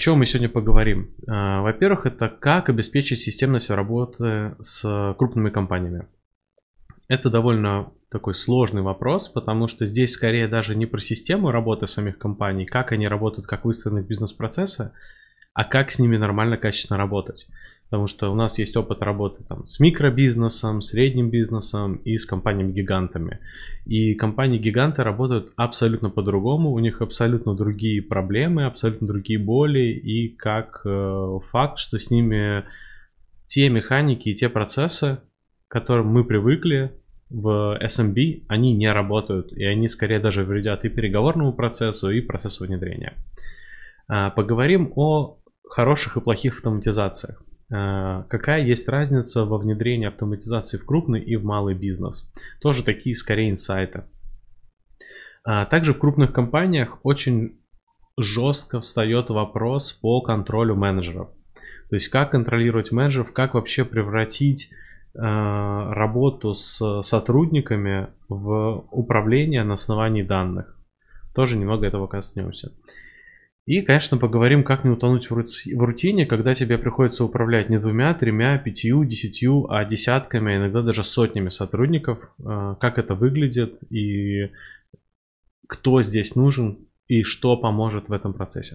чем мы сегодня поговорим? Во-первых, это как обеспечить системность работы с крупными компаниями. Это довольно такой сложный вопрос, потому что здесь скорее даже не про систему работы самих компаний, как они работают, как выстроены бизнес-процессы, а как с ними нормально, качественно работать. Потому что у нас есть опыт работы там, с микробизнесом, средним бизнесом и с компаниями-гигантами. И компании-гиганты работают абсолютно по-другому, у них абсолютно другие проблемы, абсолютно другие боли. И как факт, что с ними те механики и те процессы, к которым мы привыкли в SMB, они не работают. И они скорее даже вредят и переговорному процессу, и процессу внедрения. Поговорим о хороших и плохих автоматизациях. Какая есть разница во внедрении автоматизации в крупный и в малый бизнес? Тоже такие скорее инсайты. Также в крупных компаниях очень жестко встает вопрос по контролю менеджеров. То есть как контролировать менеджеров, как вообще превратить работу с сотрудниками в управление на основании данных. Тоже немного этого коснемся. И, конечно, поговорим, как не утонуть в рутине, когда тебе приходится управлять не 2, 3, 5, 10, а десятками, а иногда даже сотнями сотрудников. Как это выглядит и кто здесь нужен и что поможет в этом процессе.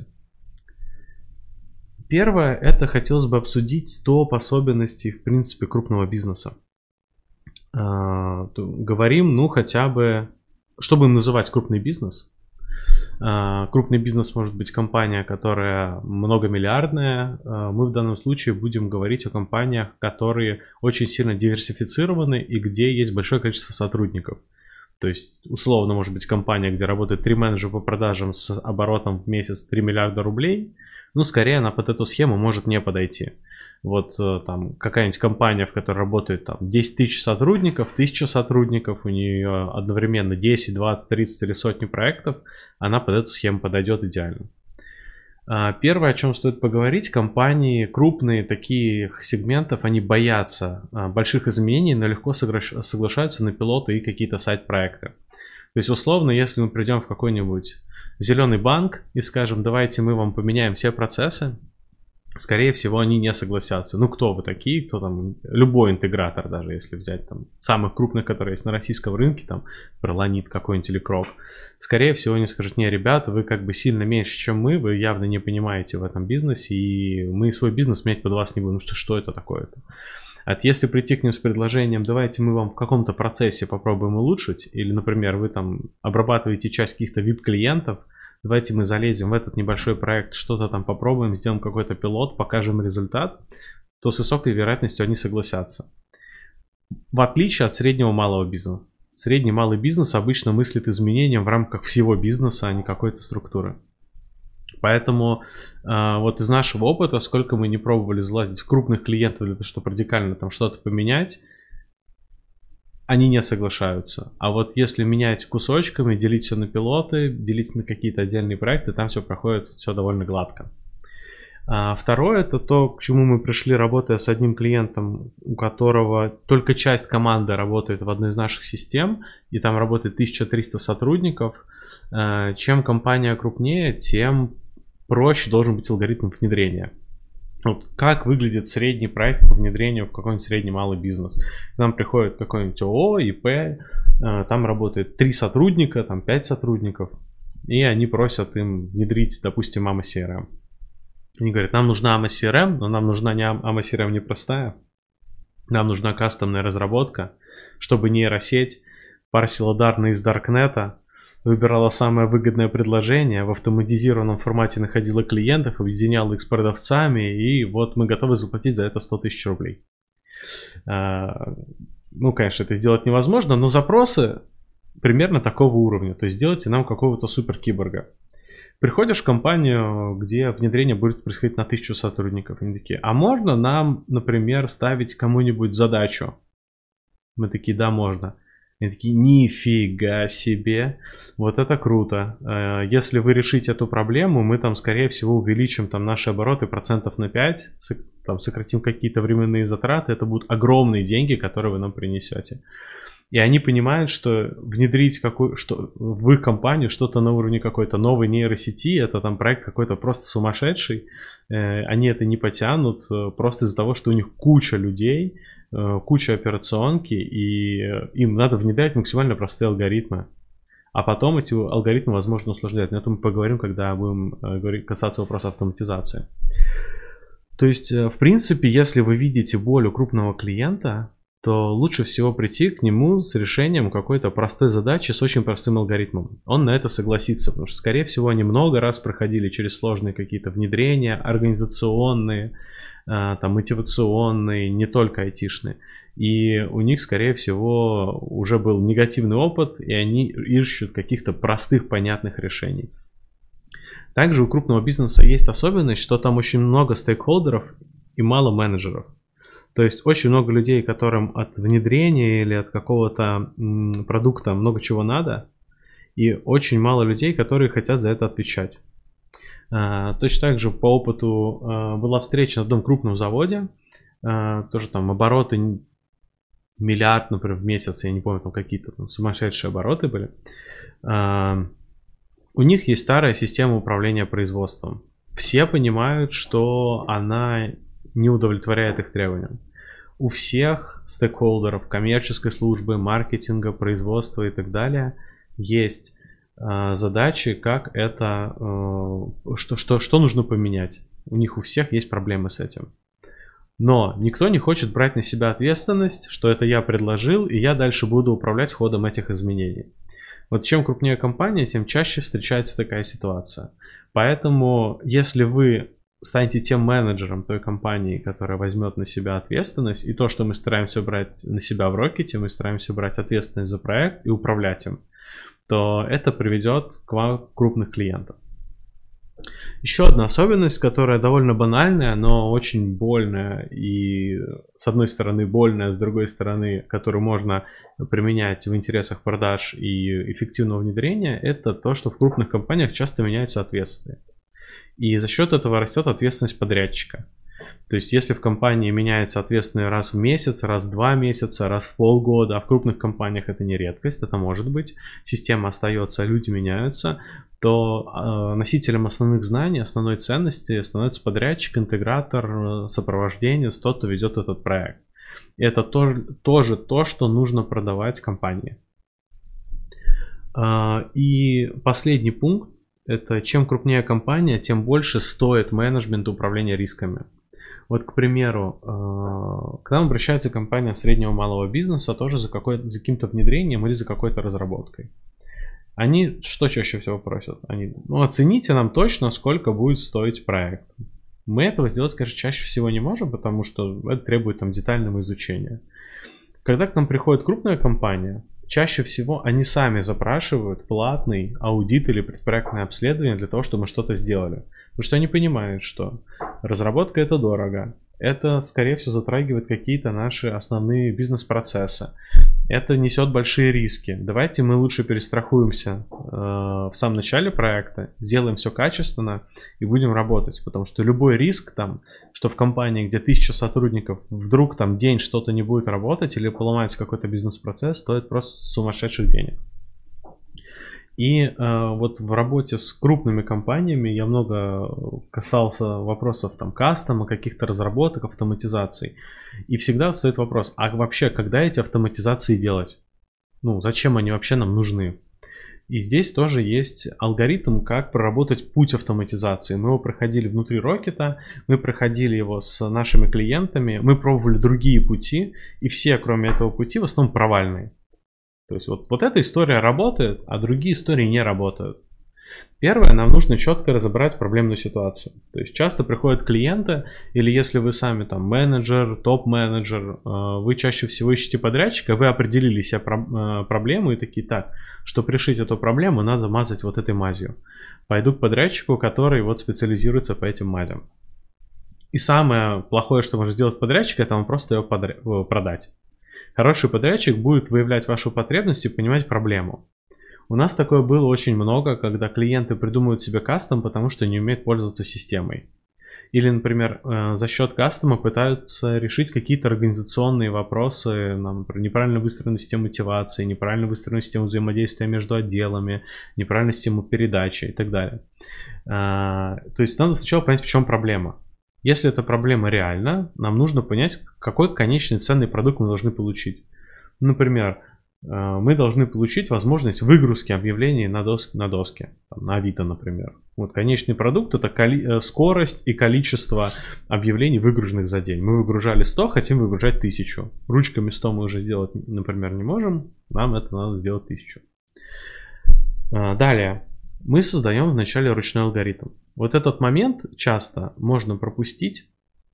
Первое, это хотелось бы обсудить топ особенностей, в принципе, крупного бизнеса. Говорим, хотя бы, что будем называть крупный бизнес. Крупный бизнес может быть компания, которая многомиллиардная. Мы в данном случае будем говорить о компаниях, которые очень сильно диверсифицированы и где есть большое количество сотрудников. То есть, условно, может быть компания, где работает 3 менеджера по продажам с оборотом в месяц 3 миллиарда рублей. Скорее она под эту схему может не подойти. Вот там какая-нибудь компания, в которой работает там 10 тысяч сотрудников, 1000 сотрудников, у нее одновременно 10, 20, 30 или сотни проектов, она под эту схему подойдет идеально. Первое, о чем стоит поговорить, компании крупные таких сегментов, они боятся больших изменений, но легко соглашаются на пилоты и какие-то сайт-проекты. То есть условно, если мы придем в какой-нибудь зеленый банк и скажем, давайте мы вам поменяем все процессы, скорее всего, они не согласятся. Кто вы такие? Кто там? Любой интегратор, даже если взять там самых крупных, которые есть на российском рынке, там Проланит какой-нибудь или Крок, скорее всего, они скажут, не, ребята, вы как бы сильно меньше, чем мы, вы явно не понимаете в этом бизнесе, и мы свой бизнес менять под вас не будем. Что это такое-то? Если прийти к ним с предложением, давайте мы вам в каком-то процессе попробуем улучшить, или, например, вы там обрабатываете часть каких-то VIP-клиентов, давайте мы залезем в этот небольшой проект, что-то там попробуем, сделаем какой-то пилот, покажем результат, то с высокой вероятностью они согласятся. В отличие от среднего малого бизнеса. Средний малый бизнес обычно мыслит изменением в рамках всего бизнеса, а не какой-то структуры. Поэтому вот из нашего опыта, сколько мы не пробовали залазить в крупных клиентов для того, чтобы радикально там что-то поменять, они не соглашаются. А вот если менять кусочками, делить все на пилоты, делить на какие-то отдельные проекты, там все проходит все довольно гладко. Второе, это то, к чему мы пришли, работая с одним клиентом, у которого только часть команды работает в одной из наших систем, и там работает 1300 сотрудников. Чем компания крупнее, тем проще должен быть алгоритм внедрения. Вот как выглядит средний проект по внедрению в какой-нибудь средний малый бизнес. К нам приходит какой-нибудь ООО, ИП, там работает 3 сотрудника, там 5 сотрудников, и они просят им внедрить, допустим, AMA CRM. Они говорят, нам нужна AMA CRM, но нам нужна не AMA CRM непростая, нам нужна кастомная разработка, чтобы нейросеть парсила данные из Даркнета, выбирала самое выгодное предложение, в автоматизированном формате находила клиентов, объединяла их с продавцами, и вот мы готовы заплатить за это 100 тысяч рублей. Конечно, это сделать невозможно, но запросы примерно такого уровня. То есть сделайте нам какого-то суперкиборга. Приходишь в компанию, где внедрение будет происходить на 1000 сотрудников. Они такие, а можно нам, например, ставить кому-нибудь задачу? Мы такие, да, можно. Они такие, нифига себе, вот это круто. Если вы решите эту проблему, мы там, скорее всего, увеличим там наши обороты процентов на 5, там сократим какие-то временные затраты. Это будут огромные деньги, которые вы нам принесете. И они понимают, что внедрить что в их компанию что-то на уровне какой-то новой нейросети, это там проект какой-то просто сумасшедший, они это не потянут просто из-за того, что у них куча людей, куча операционки, и им надо внедрять максимально простые алгоритмы. А потом эти алгоритмы, возможно, усложнять. Но это мы поговорим, когда будем касаться вопроса автоматизации. То есть, в принципе, если вы видите боль у крупного клиента, то лучше всего прийти к нему с решением какой-то простой задачи с очень простым алгоритмом. Он на это согласится, потому что, скорее всего, они много раз проходили через сложные какие-то внедрения, организационные, там, мотивационные, не только айтишные. И у них, скорее всего, уже был негативный опыт, и они ищут каких-то простых, понятных решений. Также у крупного бизнеса есть особенность, что там очень много стейкхолдеров и мало менеджеров. То есть очень много людей, которым от внедрения или от какого-то продукта много чего надо, и очень мало людей, которые хотят за это отвечать. Точно так же по опыту была встреча на одном крупном заводе, тоже там обороты миллиард, например, в месяц, я не помню, там какие-то там сумасшедшие обороты были. У них есть старая система управления производством. Все понимают, что она не удовлетворяет их требованиям. У всех стейкхолдеров, коммерческой службы, маркетинга, производства и так далее есть задачи, как это, что нужно поменять. У них у всех есть проблемы с этим. Но никто не хочет брать на себя ответственность, что это я предложил, и я дальше буду управлять ходом этих изменений. Вот чем крупнее компания, тем чаще встречается такая ситуация. Поэтому, если вы станете тем менеджером той компании, которая возьмет на себя ответственность, и то, что мы стараемся брать на себя в Рокете, мы стараемся брать ответственность за проект и управлять им, то это приведет к вам крупных клиентов. Еще одна особенность, которая довольно банальная, но очень больная, и с одной стороны больная, с другой стороны, которую можно применять в интересах продаж и эффективного внедрения, это то, что в крупных компаниях часто меняются ответственные. И за счет этого растет ответственность подрядчика. То есть, если в компании меняется ответственный раз в месяц, раз в 2 месяца, раз в полгода, а в крупных компаниях это не редкость, это может быть, система остается, люди меняются, то носителем основных знаний, основной ценности становится подрядчик, интегратор, сопровождение, тот, кто ведет этот проект. И это тоже то, что нужно продавать компании. И последний пункт. Это чем крупнее компания, тем больше стоит менеджмент управления рисками. Вот, к примеру, к нам обращается компания среднего малого бизнеса тоже за каким-то внедрением или за какой-то разработкой. Они что чаще всего просят? Они, оцените нам точно, сколько будет стоить проект. Мы этого сделать, конечно, чаще всего не можем, потому что это требует там детального изучения. Когда к нам приходит крупная компания, чаще всего они сами запрашивают платный аудит или предпроектное обследование для того, чтобы мы что-то сделали. Потому что они понимают, что разработка это дорого. Это, скорее всего, затрагивает какие-то наши основные бизнес-процессы. Это несет большие риски. Давайте мы лучше перестрахуемся в самом начале проекта, сделаем все качественно и будем работать. Потому что любой риск, там, что в компании, где 1000 сотрудников, вдруг там день что-то не будет работать или поломается какой-то бизнес-процесс, стоит просто сумасшедших денег. И вот в работе с крупными компаниями я много касался вопросов там кастома, каких-то разработок, автоматизаций. И всегда встает вопрос, а вообще когда эти автоматизации делать? Зачем они вообще нам нужны? И здесь тоже есть алгоритм, как проработать путь автоматизации. Мы его проходили внутри Рокета, мы проходили его с нашими клиентами, мы пробовали другие пути, и все, кроме этого пути, в основном провальные. То есть вот эта история работает, а другие истории не работают. Первое, нам нужно четко разобрать проблемную ситуацию. То есть часто приходят клиенты, или если вы сами там менеджер, топ-менеджер, вы чаще всего ищете подрядчика, вы определили себе проблему и такие, так, чтобы решить эту проблему, надо мазать вот этой мазью. Пойду к подрядчику, который вот специализируется по этим мазям. И самое плохое, что может сделать подрядчик, это вам просто ее продать. Хороший подрядчик будет выявлять вашу потребность и понимать проблему. У нас такое было очень много, когда клиенты придумывают себе кастом, потому что не умеют пользоваться системой. Или, например, за счет кастома пытаются решить какие-то организационные вопросы, например, неправильно выстроенную систему мотивации, неправильно выстроенную систему взаимодействия между отделами, неправильную систему передачи и так далее. То есть надо сначала понять, в чем проблема. Если эта проблема реальна, нам нужно понять, какой конечный ценный продукт мы должны получить. Например, мы должны получить возможность выгрузки объявлений на доске, на Авито, например. Вот конечный продукт — это скорость и количество объявлений, выгруженных за день. Мы выгружали 100, хотим выгружать 1000. Ручками 100 мы уже сделать, например, не можем, нам это надо сделать 1000. Далее, мы создаем вначале ручной алгоритм. Вот этот момент часто можно пропустить,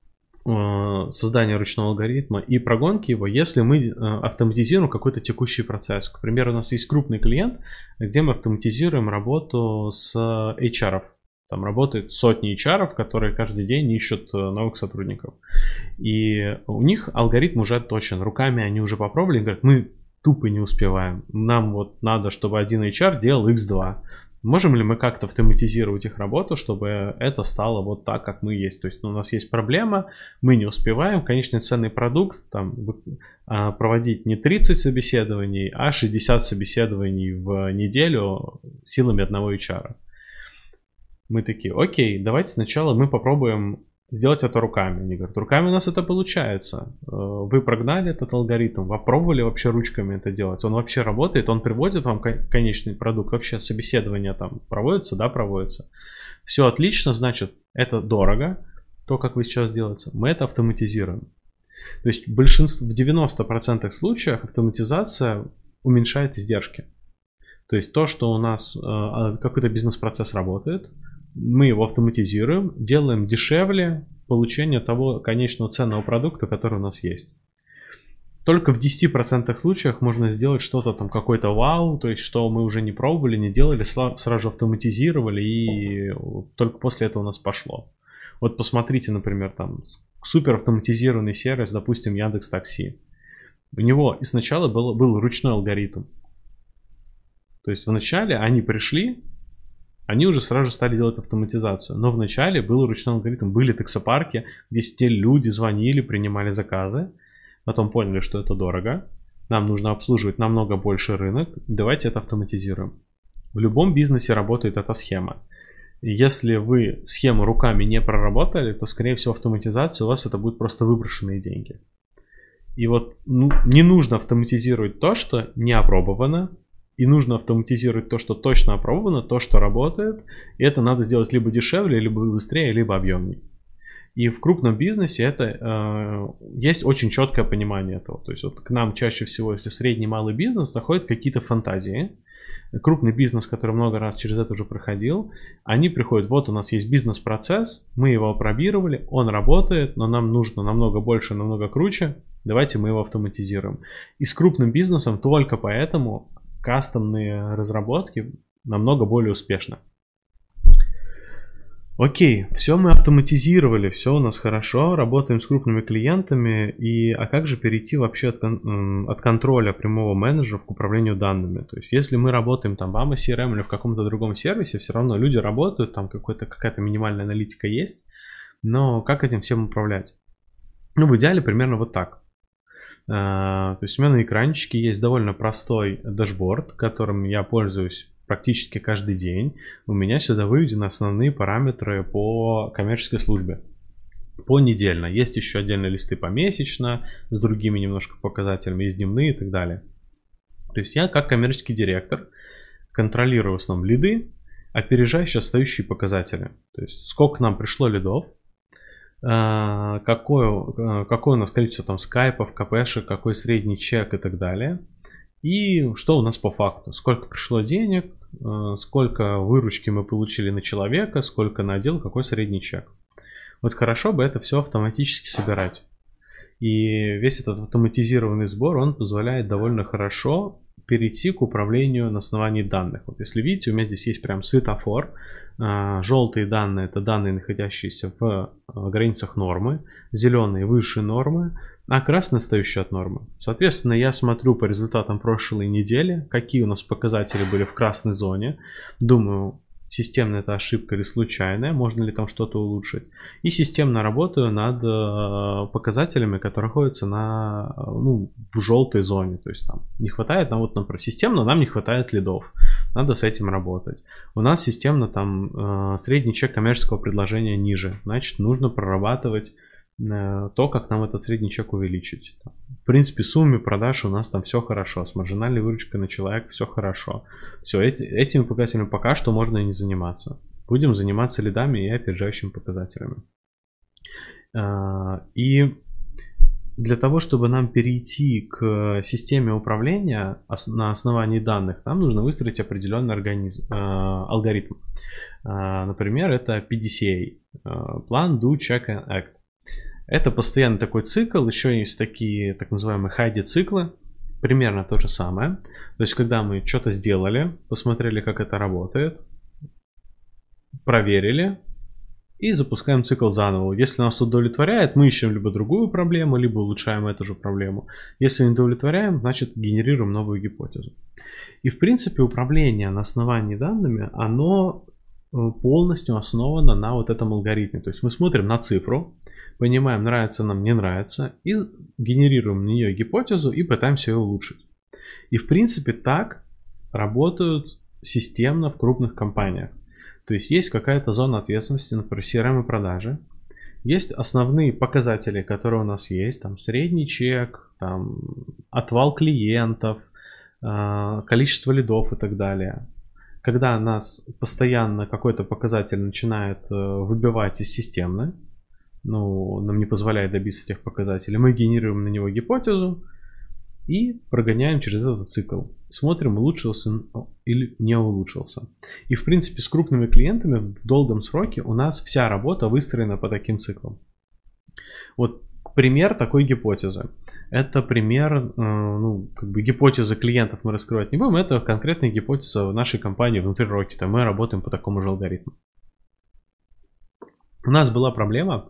создание ручного алгоритма и прогонки его, если мы автоматизируем какой-то текущий процесс. К примеру, у нас есть крупный клиент, где мы автоматизируем работу с HR. Там работают сотни HR, которые каждый день ищут новых сотрудников. И у них алгоритм уже точен. Руками они уже попробовали и говорят, мы тупо не успеваем. Нам вот надо, чтобы один HR делал x2. Можем ли мы как-то автоматизировать их работу, чтобы это стало вот так, как мы есть? То есть у нас есть проблема, мы не успеваем, конечный ценный продукт там, проводить не 30 собеседований, а 60 собеседований в неделю силами одного HR. Мы такие, окей, давайте сначала мы попробуем сделать это руками. Они говорят, руками у нас это получается. Вы прогнали этот алгоритм, вы пробовали вообще ручками это делать? Он вообще работает, он приводит вам конечный продукт, вообще собеседование там проводится, да, проводится. Все отлично, значит, это дорого, то, как вы сейчас делаете, мы это автоматизируем. То есть в 90% случаев автоматизация уменьшает издержки. То есть то, что у нас какой-то бизнес-процесс работает, мы его автоматизируем, делаем дешевле получение того конечного ценного продукта, который у нас есть. Только в 10% случаях можно сделать что-то там, какой-то вау, то есть что мы уже не пробовали, не делали, сразу же автоматизировали, и только после этого у нас пошло. Вот посмотрите, например, там супер автоматизированный сервис, допустим, Яндекс.Такси. У него и сначала был ручной алгоритм. То есть вначале они пришли, они уже сразу же стали делать автоматизацию. Но вначале был ручной алгоритм, были таксопарки, где те люди звонили, принимали заказы. Потом поняли, что это дорого. Нам нужно обслуживать намного больше рынок. Давайте это автоматизируем. В любом бизнесе работает эта схема. Если вы схему руками не проработали, то, скорее всего, автоматизация у вас это будет просто выброшенные деньги. И вот не нужно автоматизировать то, что не опробовано. И нужно автоматизировать то, что точно опробовано, то, что работает. И это надо сделать либо дешевле, либо быстрее, либо объемнее. И в крупном бизнесе это есть очень четкое понимание этого. То есть вот к нам чаще всего, если средний малый бизнес, заходят какие-то фантазии. Крупный бизнес, который много раз через это уже проходил, они приходят, вот у нас есть бизнес-процесс, мы его опробировали, он работает, но нам нужно намного больше, намного круче, давайте мы его автоматизируем. И с крупным бизнесом только поэтому кастомные разработки намного более успешны. Окей, все мы автоматизировали, все у нас хорошо, работаем с крупными клиентами, а как же перейти вообще от контроля прямого менеджера к управлению данными? То есть если мы работаем там в AMA CRM или в каком-то другом сервисе, все равно люди работают, там какая-то минимальная аналитика есть, но как этим всем управлять? Ну, в идеале примерно вот так. То есть у меня на экранчике есть довольно простой дашборд, которым я пользуюсь практически каждый день. У меня сюда выведены основные параметры по коммерческой службе. Понедельно. Есть еще отдельные листы помесячно, с другими немножко показателями, есть дневные и так далее. То есть я как коммерческий директор контролирую в основном лиды, опережающие отстающие показатели. То есть сколько нам пришло лидов, какое у нас количество там скайпов, КПшек, какой средний чек и так далее. И что у нас по факту? Сколько пришло денег, сколько выручки мы получили на человека, сколько на отдел, какой средний чек. Вот хорошо бы это все автоматически собирать. И весь этот автоматизированный сбор, он позволяет довольно хорошо перейти к управлению на основании данных. Вот если видите, у меня здесь есть прям светофор. Желтые данные — это данные, находящиеся в границах нормы. Зеленые — выше нормы, а красные — отстающие от нормы. Соответственно, я смотрю по результатам прошлой недели, какие у нас показатели были в красной зоне. Думаю, системная это ошибка или случайная, можно ли там что-то улучшить. И системно работаю над показателями, которые находятся в желтой зоне. То есть там не хватает, например, системно нам не хватает лидов. Надо с этим работать. У нас системно там средний чек коммерческого предложения ниже. Значит, нужно прорабатывать то, как нам этот средний чек увеличить. В принципе, в сумме продаж у нас там все хорошо. С маржинальной выручкой на человека все хорошо. Все, этими показателями пока что можно и не заниматься. Будем заниматься лидами и опережающими показателями. И для того, чтобы нам перейти к системе управления на основании данных, нам нужно выстроить определенный алгоритм. Например, это PDCA. Plan, Do, Check and Act. Это постоянный такой цикл. Еще есть такие так называемые хайди-циклы. Примерно то же самое. То есть, когда мы что-то сделали, посмотрели, как это работает, проверили и запускаем цикл заново. Если нас удовлетворяет, мы ищем либо другую проблему, либо улучшаем эту же проблему. Если не удовлетворяем, значит генерируем новую гипотезу. И в принципе управление на основании данными, оно полностью основано на вот этом алгоритме. То есть мы смотрим на цифру, понимаем, нравится нам, не нравится, и генерируем на нее гипотезу и пытаемся ее улучшить. И в принципе так работают системно в крупных компаниях. То есть есть какая-то зона ответственности, например, CRM и продажи. Есть основные показатели, которые у нас есть. Там средний чек, там, отвал клиентов, количество лидов и так далее. Когда нас постоянно какой-то показатель начинает выбивать из системы, нам не позволяет добиться этих показателей, мы генерируем на него гипотезу и прогоняем через этот цикл. Смотрим, улучшился или не улучшился. И в принципе с крупными клиентами в долгом сроке у нас вся работа выстроена по таким циклам. Вот пример такой гипотезы. Это пример, гипотезы клиентов мы раскрывать не будем. Это конкретная гипотеза в нашей компании внутри Rocket. Мы работаем по такому же алгоритму. У нас была проблема.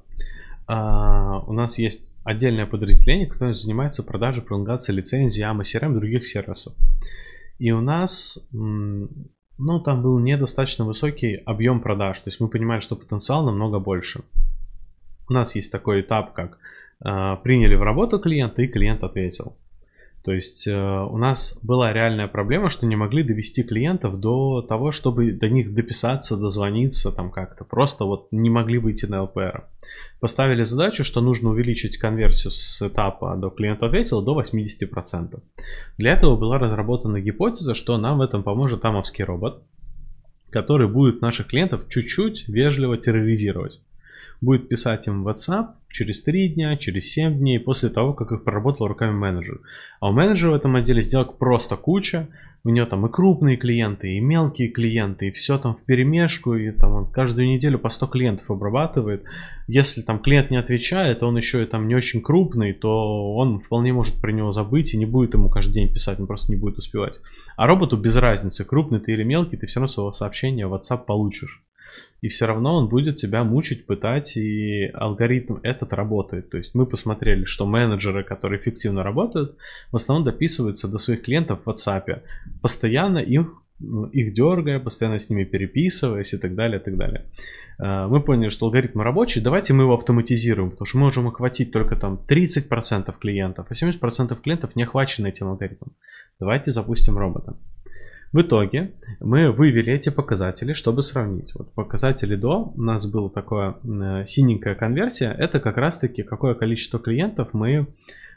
У нас есть отдельное подразделение, которое занимается продажей, пролонгацией лицензий, AMA, CRM и других сервисов. И у нас там был недостаточно высокий объем продаж. То есть мы понимали, что потенциал намного больше. У нас есть такой этап, как приняли в работу клиента, и клиент ответил. То есть у нас была реальная проблема, что не могли довести клиентов до того, чтобы до них дописаться, дозвониться там как-то. Просто вот не могли выйти на ЛПР. Поставили задачу, что нужно увеличить конверсию с этапа до клиента ответил до 80%. Для этого была разработана гипотеза, что нам в этом поможет амовский робот, который будет наших клиентов чуть-чуть вежливо терроризировать. Будет писать им в WhatsApp через 3 дня, через 7 дней, после того, как их проработал руками менеджер. А у менеджера в этом отделе сделок просто куча. У него там и крупные клиенты, и мелкие клиенты, и все там вперемешку, и там он каждую неделю по 100 клиентов обрабатывает. Если там клиент не отвечает, он еще и там не очень крупный, то он вполне может про него забыть и не будет ему каждый день писать, он просто не будет успевать. А роботу без разницы, крупный ты или мелкий, ты все равно своего сообщения в WhatsApp получишь. И все равно он будет тебя мучить, пытать, и алгоритм этот работает. То есть мы посмотрели, что менеджеры, которые эффективно работают, в основном дописываются до своих клиентов в WhatsApp, постоянно их дергая, постоянно с ними переписываясь и так далее, и так далее. Мы поняли, что алгоритм рабочий, давайте мы его автоматизируем, потому что мы можем охватить только там 30% клиентов, а 70% клиентов не охвачены этим алгоритмом. Давайте запустим робота. В итоге мы вывели эти показатели, чтобы сравнить. Вот показатели до, у нас была такая синенькая конверсия, это как раз таки какое количество клиентов мы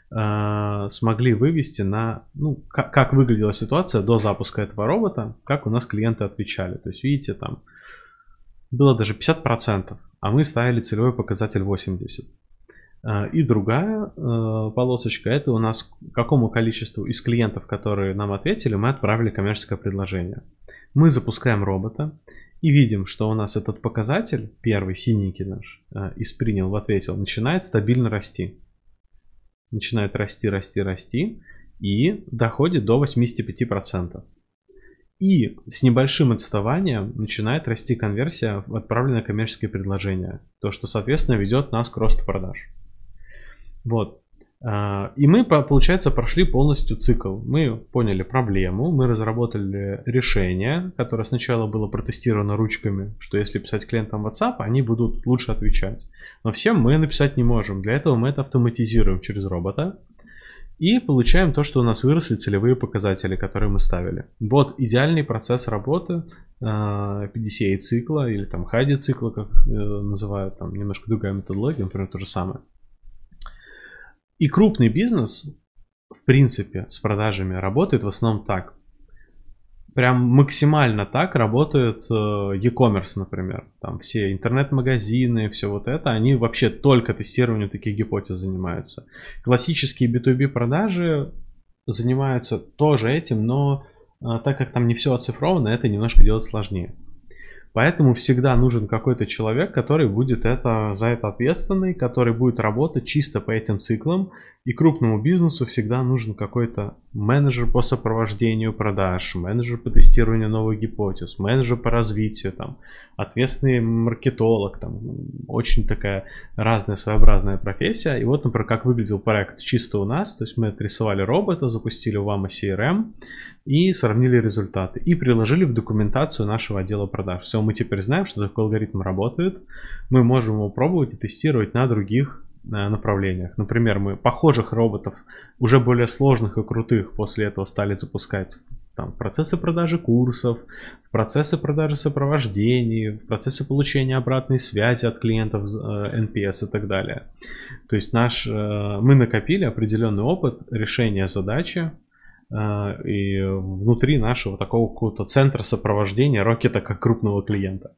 смогли вывести на, как выглядела ситуация до запуска этого робота, как у нас клиенты отвечали. То есть видите, там было даже 50%, а мы ставили целевой показатель 80%. И другая полосочка, это у нас какому количеству из клиентов, которые нам ответили, мы отправили коммерческое предложение. Мы запускаем робота и видим, что у нас этот показатель, первый синенький наш, из принял в ответил, начинает стабильно расти. Начинает расти и доходит до 85%. И с небольшим отставанием начинает расти конверсия в отправленное коммерческое предложение. То, что, соответственно, ведет нас к росту продаж. Вот. И мы, получается, прошли полностью цикл. Мы поняли проблему, мы разработали решение, которое сначала было протестировано ручками, что если писать клиентам WhatsApp, они будут лучше отвечать. Но всем мы написать не можем. Для этого мы это автоматизируем через робота. И получаем то, что у нас выросли целевые показатели, которые мы ставили. Вот идеальный процесс работы PDCA цикла или там HIDE цикла, как называют, там немножко другая методология, например, то же самое. И крупный бизнес, в принципе, с продажами работает в основном так. Прям максимально так работает e-commerce, например. Там все интернет-магазины, все вот это, они вообще только тестированием таких гипотез занимаются. Классические B2B продажи занимаются тоже этим, но так как там не все оцифровано, это немножко делать сложнее. Поэтому всегда нужен какой-то человек, который будет за это ответственный, который будет работать чисто по этим циклам. И крупному бизнесу всегда нужен какой-то менеджер по сопровождению продаж, менеджер по тестированию новых гипотез, менеджер по развитию, там, ответственный маркетолог. Там, очень такая разная, своеобразная профессия. И вот, например, как выглядел проект чисто у нас. То есть мы отрисовали робота, запустили в AMA CRM и сравнили результаты. И приложили в документацию нашего отдела продаж. Все, мы теперь знаем, что такой алгоритм работает. Мы можем его пробовать и тестировать на других направлениях. Например, мы похожих роботов, уже более сложных и крутых, после этого стали запускать там, процессы продажи курсов, процессы продажи сопровождений, процессы получения обратной связи от клиентов, NPS и так далее. То есть мы накопили определенный опыт решения задачи и внутри нашего такого какого-то центра сопровождения Рокета как крупного клиента.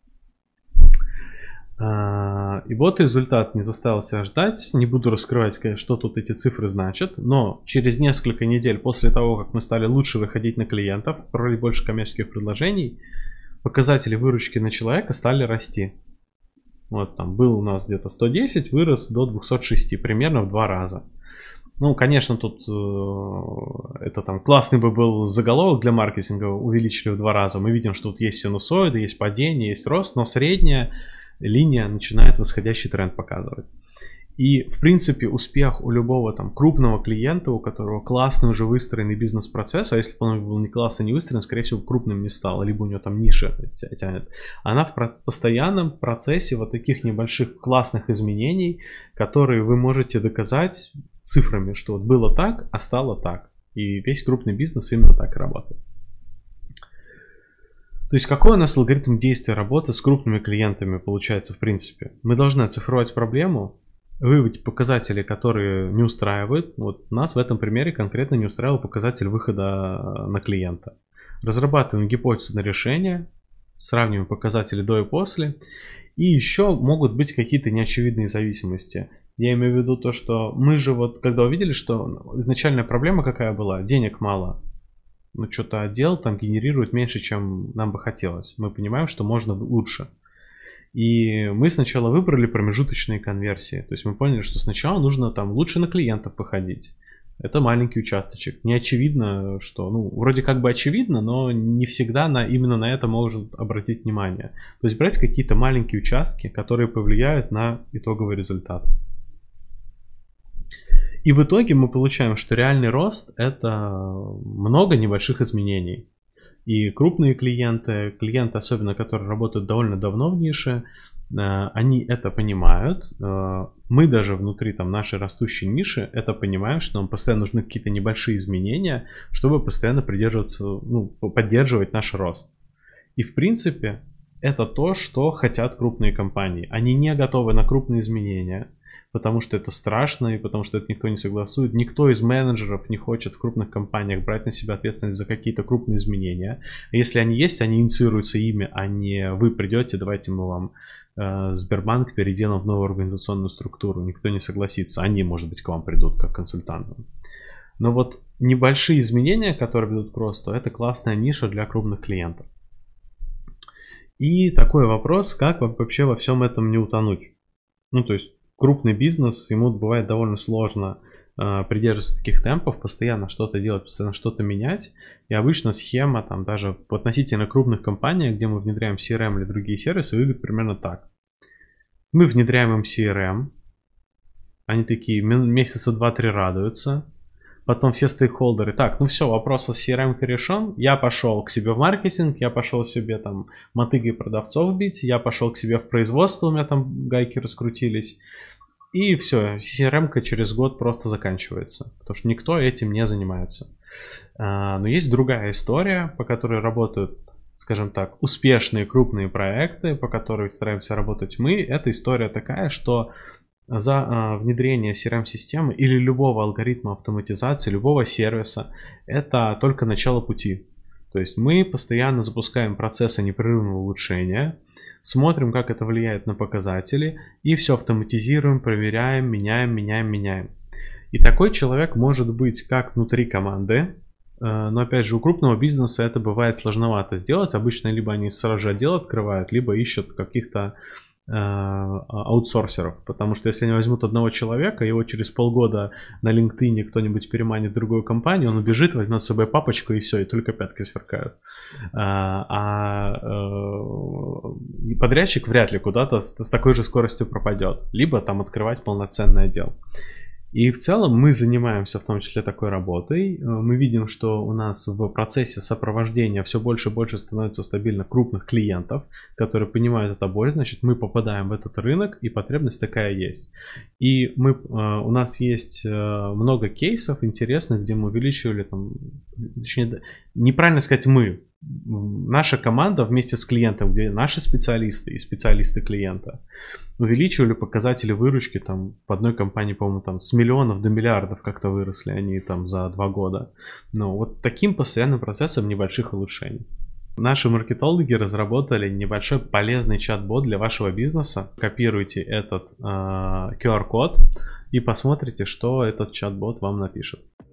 И вот результат не заставил себя ждать. Не буду раскрывать, что тут эти цифры значат. Но через несколько недель после того, как мы стали лучше выходить на клиентов, провели больше коммерческих предложений, показатели выручки на человека стали расти. Вот там был у нас где-то 110, вырос до 206, примерно в 2 раза. Ну, конечно, тут это там классный бы был заголовок для маркетинга, увеличили в 2 раза. Мы видим, что тут есть синусоиды, есть падение, есть рост, но средняя линия начинает восходящий тренд показывать. И, в принципе, успех у любого там крупного клиента, у которого классный уже выстроенный бизнес-процесс, а если бы он был не классно не выстроен, скорее всего, крупным не стал, либо у него там ниша тянет. Она в постоянном процессе вот таких небольших классных изменений, которые вы можете доказать цифрами, что вот было так, а стало так. И весь крупный бизнес именно так и работает. То есть какой у нас алгоритм действия работы с крупными клиентами получается в принципе? Мы должны оцифровать проблему, выявить показатели, которые не устраивают. Вот нас в этом примере конкретно не устраивал показатель выхода на клиента. Разрабатываем гипотезу на решение, сравниваем показатели до и после. И еще могут быть какие-то неочевидные зависимости. Я имею в виду то, что мы же вот когда увидели, что изначальная проблема какая была, денег мало. Ну, что-то отдел там генерирует меньше, чем нам бы хотелось. Мы понимаем, что можно лучше. И мы сначала выбрали промежуточные конверсии. То есть мы поняли, что сначала нужно там лучше на клиентов выходить. Это маленький участочек. Не очевидно, что, ну, вроде как бы очевидно, но не всегда именно на это может обратить внимание. То есть брать какие-то маленькие участки, которые повлияют на итоговый результат. И в итоге мы получаем, что реальный рост — это много небольших изменений. И крупные клиенты, особенно которые работают довольно давно в нише, они это понимают. Мы даже внутри там, нашей растущей ниши это понимаем, что нам постоянно нужны какие-то небольшие изменения, чтобы постоянно поддерживать наш рост. И в принципе это то, что хотят крупные компании. Они не готовы на крупные изменения, потому что это страшно и потому что это никто не согласует. Никто из менеджеров не хочет в крупных компаниях брать на себя ответственность за какие-то крупные изменения. А если они есть, они инициируются ими, а не вы придете, давайте мы вам Сбербанк переделаем в новую организационную структуру. Никто не согласится. Они, может быть, к вам придут как консультанты. Но вот небольшие изменения, которые ведут к росту, это классная ниша для крупных клиентов. И такой вопрос, как вообще во всем этом не утонуть? Ну, то есть крупный бизнес, ему бывает довольно сложно придерживаться таких темпов, постоянно что-то делать, постоянно что-то менять. И обычно схема, там даже в относительно крупных компаниях, где мы внедряем CRM или другие сервисы, выглядит примерно так. Мы внедряем им CRM, Они такие месяца 2-3 радуются. Потом все стейкхолдеры, так, ну все, вопрос с CRM решен, я пошел к себе в маркетинг, я пошел себе там мотыгой продавцов бить, я пошел к себе в производство, у меня там гайки раскрутились. И все, CRM через год просто заканчивается, потому что никто этим не занимается. Но есть другая история, по которой работают, скажем так, успешные крупные проекты, по которой стараемся работать мы. Эта история такая, что за внедрение CRM-системы или любого алгоритма автоматизации, любого сервиса, это только начало пути. То есть мы постоянно запускаем процессы непрерывного улучшения, смотрим, как это влияет на показатели, и все автоматизируем, проверяем, меняем. И такой человек может быть как внутри команды, но опять же у крупного бизнеса это бывает сложновато сделать. Обычно либо они сразу же отдел открывают, либо ищут каких-то аутсорсеров, потому что если они возьмут одного человека, его через полгода на LinkedIn кто-нибудь переманит в другую компанию, он убежит, возьмет с собой папочку и все, и только пятки сверкают. Подрядчик вряд ли куда-то с такой же скоростью пропадет, либо там открывать полноценный отдел. И в целом мы занимаемся в том числе такой работой. Мы видим, что у нас в процессе сопровождения все больше и больше становится стабильно крупных клиентов, которые понимают это боль, значит мы попадаем в этот рынок, и потребность такая есть. И у нас есть много кейсов интересных, где мы увеличивали, точнее, неправильно сказать мы, наша команда вместе с клиентом, где наши специалисты и специалисты клиента увеличивали показатели выручки там в одной компании, по-моему, там с миллионов до миллиардов как-то выросли они там за 2 года. Но вот таким постоянным процессом небольших улучшений. Наши маркетологи разработали небольшой полезный чат-бот для вашего бизнеса. Копируйте этот QR-код и посмотрите, что этот чат-бот вам напишет.